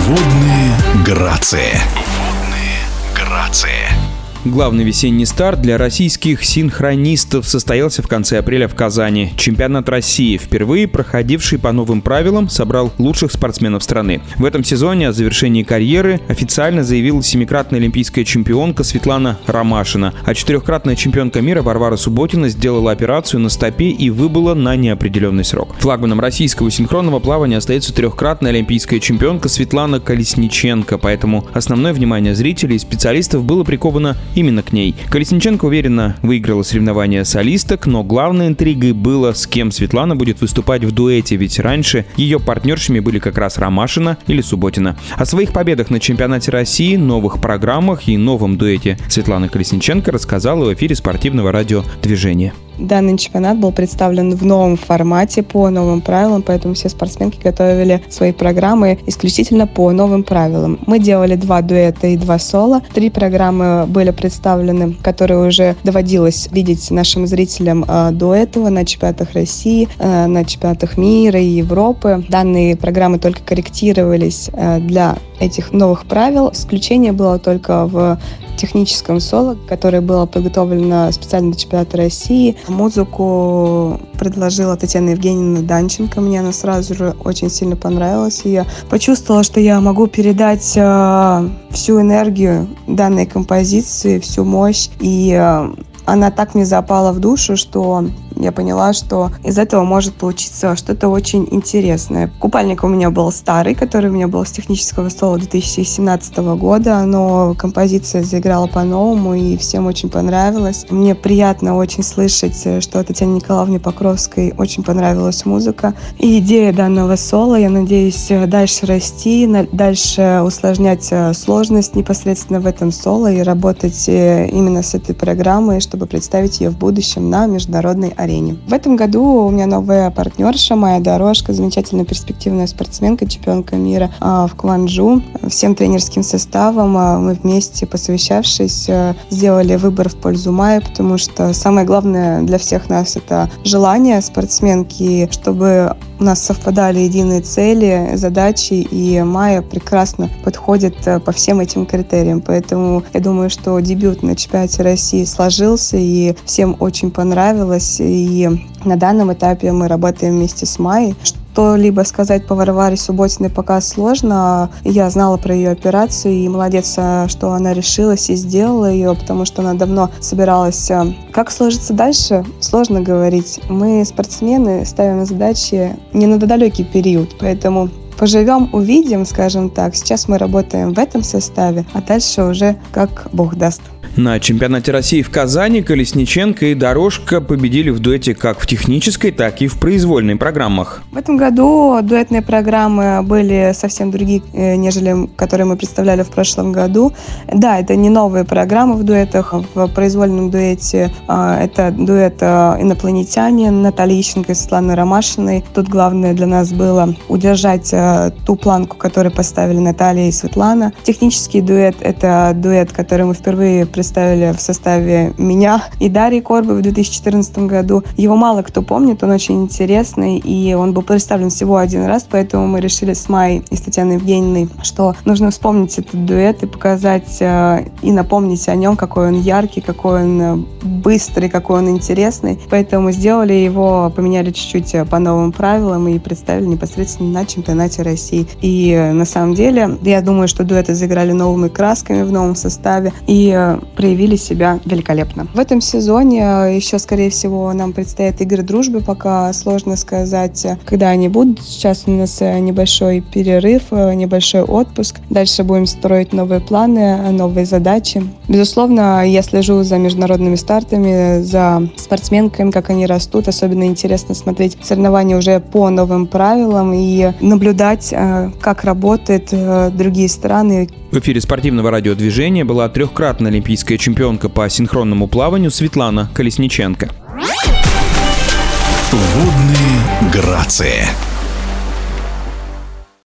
Водные грации. Главный весенний старт для российских синхронистов состоялся в конце апреля в Казани. Чемпионат России, впервые проходивший по новым правилам, собрал лучших спортсменов страны. В этом сезоне о завершении карьеры официально заявила семикратная олимпийская чемпионка Светлана Ромашина, а четырехкратная чемпионка мира Варвара Субботина сделала операцию на стопе и выбыла на неопределенный срок. Флагманом российского синхронного плавания остается трехкратная олимпийская чемпионка Светлана Колесниченко, поэтому основное внимание зрителей и специалистов было приковано именно к ней. Колесниченко уверенно выиграла соревнования солисток, но главной интригой было, с кем Светлана будет выступать в дуэте, ведь раньше ее партнершами были как раз Ромашина или Субботина. О своих победах на чемпионате России, новых программах и новом дуэте Светлана Колесниченко рассказала в эфире спортивного радио «Движение». Данный чемпионат был представлен в новом формате, по новым правилам, поэтому все спортсменки готовили свои программы исключительно по новым правилам. Мы делали 2 дуэта и 2 соло. 3 программы были представлены, которые уже доводилось видеть нашим зрителям до этого на чемпионатах России, на чемпионатах мира и Европы. Данные программы только корректировались для этих новых правил. Исключение было только в техническом соло, которое было подготовлено специально для чемпионата России. Музыку предложила Татьяна Евгеньевна Данченко. Мне она сразу же очень сильно понравилась. И я почувствовала, что я могу передать всю энергию данной композиции, всю мощь. И она так мне запала в душу, что я поняла, что из этого может получиться что-то очень интересное. Купальник у меня был старый, который у меня был с технического соло 2017 года, но композиция заиграла по-новому, и всем очень понравилось. Мне приятно очень слышать, что Татьяне Николаевне Покровской очень понравилась музыка. И идея данного соло, я надеюсь, дальше расти, дальше усложнять сложность непосредственно в этом соло и работать именно с этой программой, чтобы представить ее в будущем на международной арене. В этом году у меня новая партнерша, Майя Дорожко, замечательная перспективная спортсменка, чемпионка мира в Кванджу. Всем тренерским составом мы вместе, посовещавшись, сделали выбор в пользу Майи, потому что самое главное для всех нас — это желание спортсменки, чтобы у нас совпадали единые цели, задачи, и Майя прекрасно подходит по всем этим критериям. Поэтому я думаю, что дебют на чемпионате России сложился, и всем очень понравилось. И на данном этапе мы работаем вместе с Майей. Что-либо сказать по Варваре Субботиной пока сложно. Я знала про ее операцию, и молодец, что она решилась и сделала ее, потому что она давно собиралась. Как сложится дальше, сложно говорить. Мы, спортсмены, ставим задачи не на далекий период, поэтому поживем, увидим, скажем так. Сейчас мы работаем в этом составе, а дальше уже как Бог даст. На чемпионате России в Казани Колесниченко и Дорожко победили в дуэте как в технической, так и в произвольной программах. В этом году дуэтные программы были совсем другие, нежели которые мы представляли в прошлом году. Да, это не новые программы в дуэтах. В произвольном дуэте это дуэт «Инопланетяне» Натальи Ищенко и Светланы Ромашиной. Тут главное для нас было удержать ту планку, которую поставили Наталья и Светлана. Технический дуэт — это дуэт, который мы впервые представили в составе меня и Дарьи Корбы в 2014 году. Его мало кто помнит, он очень интересный, и он был представлен всего один раз, поэтому мы решили с Майей и с Татьяной Евгеньевной, что нужно вспомнить этот дуэт и показать, и напомнить о нем, какой он яркий, какой он быстрый, какой он интересный. Поэтому мы сделали его, поменяли чуть-чуть по новым правилам и представили непосредственно на чемпионате России. И на самом деле, я думаю, что дуэты заиграли новыми красками в новом составе и проявили себя великолепно. В этом сезоне еще, скорее всего, нам предстоят игры дружбы, пока сложно сказать, когда они будут. Сейчас у нас небольшой перерыв, небольшой отпуск. Дальше будем строить новые планы, новые задачи. Безусловно, я слежу за международными стартами, за спортсменками, как они растут. Особенно интересно смотреть соревнования уже по новым правилам и наблюдать, как работают другие страны. В эфире спортивного радиодвижения была трехкратная олимпийская чемпионка по синхронному плаванию Светлана Колесниченко. Водные грации.